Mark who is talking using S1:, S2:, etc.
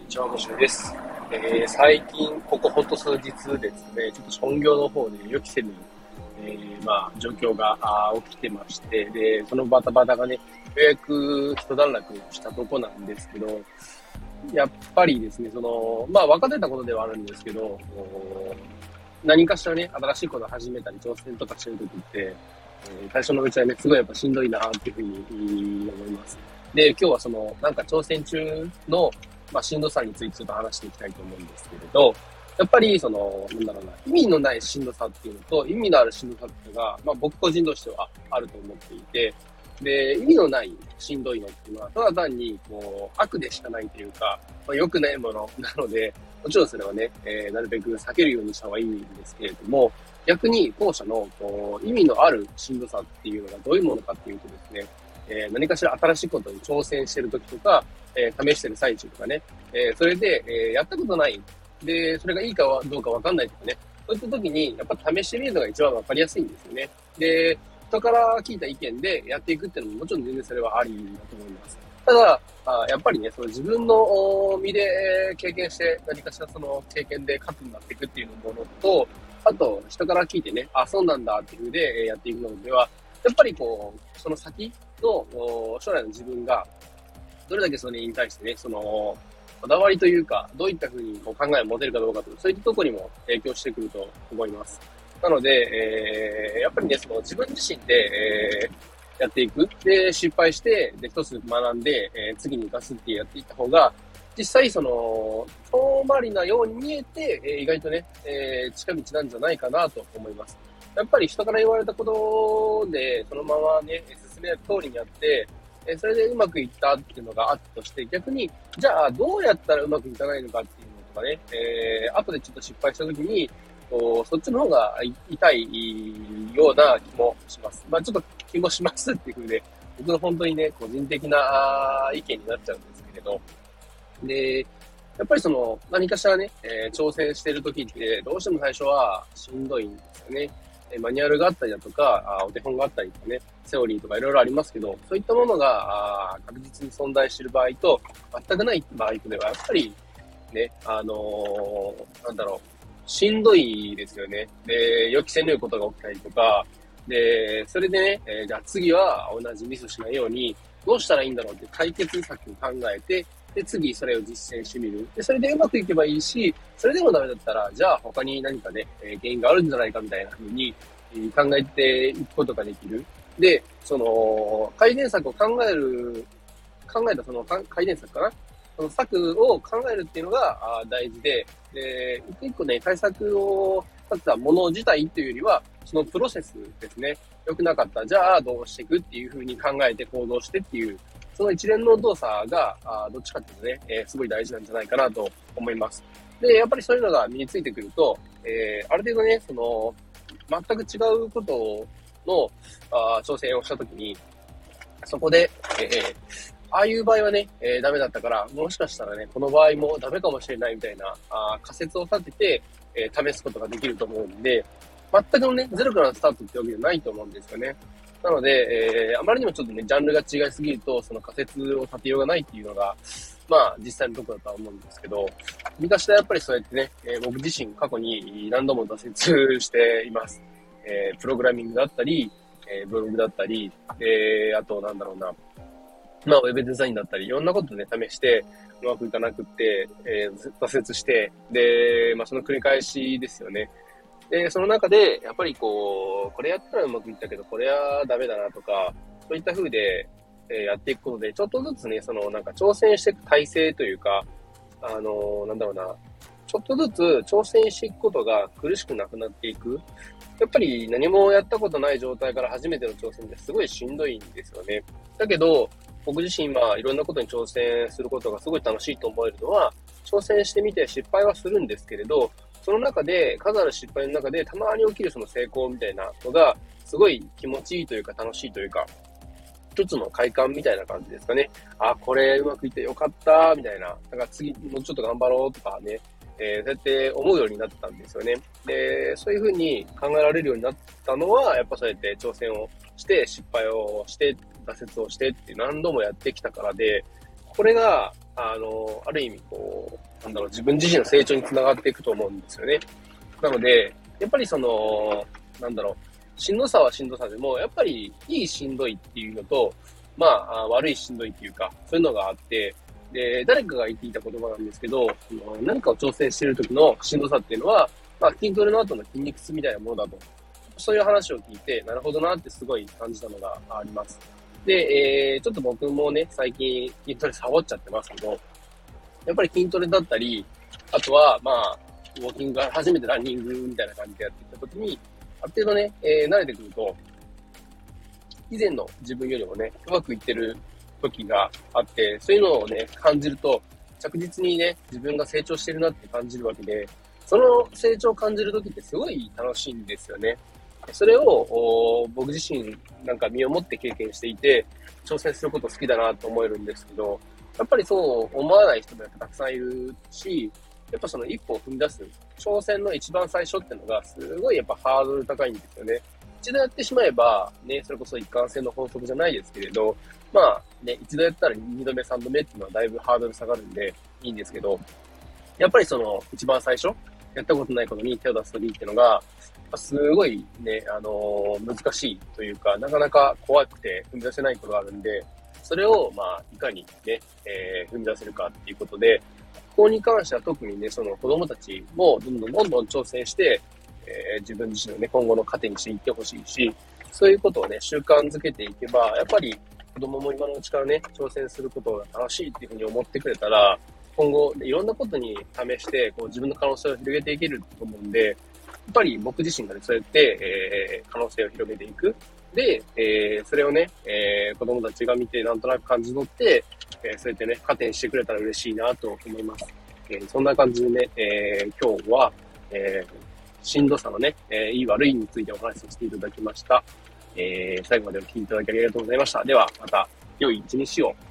S1: ちは、もしゅうです。最近、ここほんと数日ですね、ちょっと本業の方で予期せぬ、状況が起きてまして、で、そのバタバタがね、ようやく一段落したとこなんですけど、やっぱりですね、分かってたことではあるんですけど、何かしらね、新しいことを始めたり挑戦とかしてるときって、最初のうちはね、すごいやっぱしんどいなっていうふうに思います。で、今日はなんか挑戦中の、しんどさについてちょっと話していきたいと思うんですけれど、やっぱり、意味のないしんどさっていうのと、意味のあるしんどさっていうのが、僕個人としてはあると思っていて、で、意味のないしんどいのっていうのは、ただ単に、悪でしかないというか、良くないものなので、もちろんそれはね、なるべく避けるようにした方がいいんですけれども、逆に後者の意味のあるしんどさっていうのがどういうものかっていうとですね、何かしら新しいことに挑戦してる時とか、試してる最中とかね、それで、やったことない。で、それがいいかどうかわかんないとかね、そういった時に、やっぱ試してみるのが一番わかりやすいんですよね。で、人から聞いた意見でやっていくっていうのももちろん全然それはありだと思います。ただ、やっぱりね、その自分の身で経験して、何かしらその経験で核になっていくっていうものと、あと、人から聞いてね、あ、そうなんだっていうふうでやっていくのでは、やっぱりその先の将来の自分が、どれだけそれに対してね、こだわりというか、どういったふうに考えを持てるかどうかという、そういったところにも影響してくると思います。なので、やっぱりね、自分自身で、やっていく。で、失敗して、で、一つ学んで、次に活かすってやっていった方が、実際遠回りなように見えて、意外とね、近道なんじゃないかなと思います。やっぱり人から言われたことで、そのままね、進める通りにやって、それでうまくいったっていうのがあったとして、逆に、じゃあどうやったらうまくいかないのかっていうのとかね、後でちょっと失敗した時に、そっちの方が痛いような気もします。ちょっと気もしますっていう風で、僕の本当にね、個人的な意見になっちゃうんですけれど、で、やっぱり何かしらね、挑戦してる時って、どうしても最初はしんどいんですよね。マニュアルがあったりだとか、お手本があったりとかね、セオリーとかいろいろありますけど、そういったものが確実に存在している場合と、全くない場合とでは、やっぱりね、しんどいですよね。で、予期せぬことが起きたりとか、で、それでね、じゃあ次は同じミスしないように、どうしたらいいんだろうって解決策を考えて、で、次それを実践してみる。で、それでうまくいけばいいし、それでもダメだったら、じゃあ他に何かね、原因があるんじゃないかみたいな風に考えていくことができる。で、改善策を考えた改善策かなその策を考えるっていうのが大事で、で、一個一個ね、対策を立てたもの自体というよりは、そのプロセスですね。良くなかった。じゃあどうしていくっていう風に考えて行動してっていう、その一連の動作が、どっちかっていうとね、すごい大事なんじゃないかなと思います。で、やっぱりそういうのが身についてくると、ある程度ね、全く違うことの、挑戦をしたときに、そこで、ああいう場合はね、ダメだったから、もしかしたらね、この場合もダメかもしれないみたいな、仮説を立てて、試すことができると思うんで、全くのね、ゼロからのスタートってわけじゃないと思うんですよね。なので、あまりにもちょっとね、ジャンルが違いすぎると、その仮説を立てようがないっていうのが、実際のところだとは思うんですけど、何かしらやっぱりそうやってね、僕自身過去に何度も挫折しています。プログラミングだったり、ブログだったり、あとウェブデザインだったり、いろんなことね、試して、うまくいかなくって、挫折して、で、その繰り返しですよね。で、その中で、やっぱりこれやったらうまくいったけど、これはダメだなとか、そういった風で、やっていくことで、ちょっとずつね、挑戦していく体制というか、ちょっとずつ挑戦していくことが苦しくなくなっていく。やっぱり何もやったことない状態から初めての挑戦ってすごいしんどいんですよね。だけど、僕自身いろんなことに挑戦することがすごい楽しいと思えるのは、挑戦してみて失敗はするんですけれど、その中で、数ある失敗の中でたまに起きるその成功みたいなのが、すごい気持ちいいというか楽しいというか、一つの快感みたいな感じですかね。あ、これうまくいってよかった、みたいな。だから次もうちょっと頑張ろうとかね、そうやって思うようになったんですよね。で、そういうふうに考えられるようになったのは、やっぱそうやって挑戦をして、失敗をして、挫折をしてって何度もやってきたからで、これがある意味自分自身の成長につながっていくと思うんですよね。なので、やっぱりしんどさはしんどさでも、やっぱりいいしんどいっていうのと、悪いしんどいっていうか、そういうのがあって、で、誰かが言っていた言葉なんですけど、何かを挑戦している時のしんどさっていうのは、筋トレの後の筋肉痛みたいなものだと。そういう話を聞いて、なるほどなってすごい感じたのがあります。で、ちょっと僕もね、最近筋トレサボっちゃってますけど、やっぱり筋トレだったり、あとは、ウォーキングが初めてランニングみたいな感じでやってきたときに、ある程度ね、慣れてくると、以前の自分よりもね、うまくいってる時があって、そういうのをね、感じると、着実にね、自分が成長してるなって感じるわけで、その成長を感じる時ってすごい楽しいんですよね。それを僕自身なんか身をもって経験していて、挑戦すること好きだなと思えるんですけど、やっぱりそう思わない人もやっぱたくさんいるし、やっぱその一歩を踏み出す、挑戦の一番最初っていうのがすごいやっぱハードル高いんですよね。一度やってしまえば、ね、それこそ一貫性の法則じゃないですけれど、一度やったら二度目、三度目っていうのはだいぶハードル下がるんでいいんですけど、やっぱりその一番最初、やったことないことに手を出すときっていうのが、すごいね、難しいというか、なかなか怖くて踏み出せないことがあるんで、それを、いかにね、踏み出せるかっていうことで、ここに関しては特にね、その子供たちもどんどん挑戦して、自分自身のね、今後の糧にしていってほしいし、そういうことをね、習慣づけていけば、やっぱり子供も今のうちからね、挑戦することが楽しいっていうふうに思ってくれたら、今後、いろんなことに試して、自分の可能性を広げていけると思うんで、やっぱり僕自身がね、そうやって、可能性を広げていく。で、それをね、子供たちが見てなんとなく感じ取って、そうやってね、加点してくれたら嬉しいなと思います。そんな感じでね、今日は、しんどさのね、いい悪いについてお話しさせていただきました。最後までお聞きいただきありがとうございました。では、また良い一日を。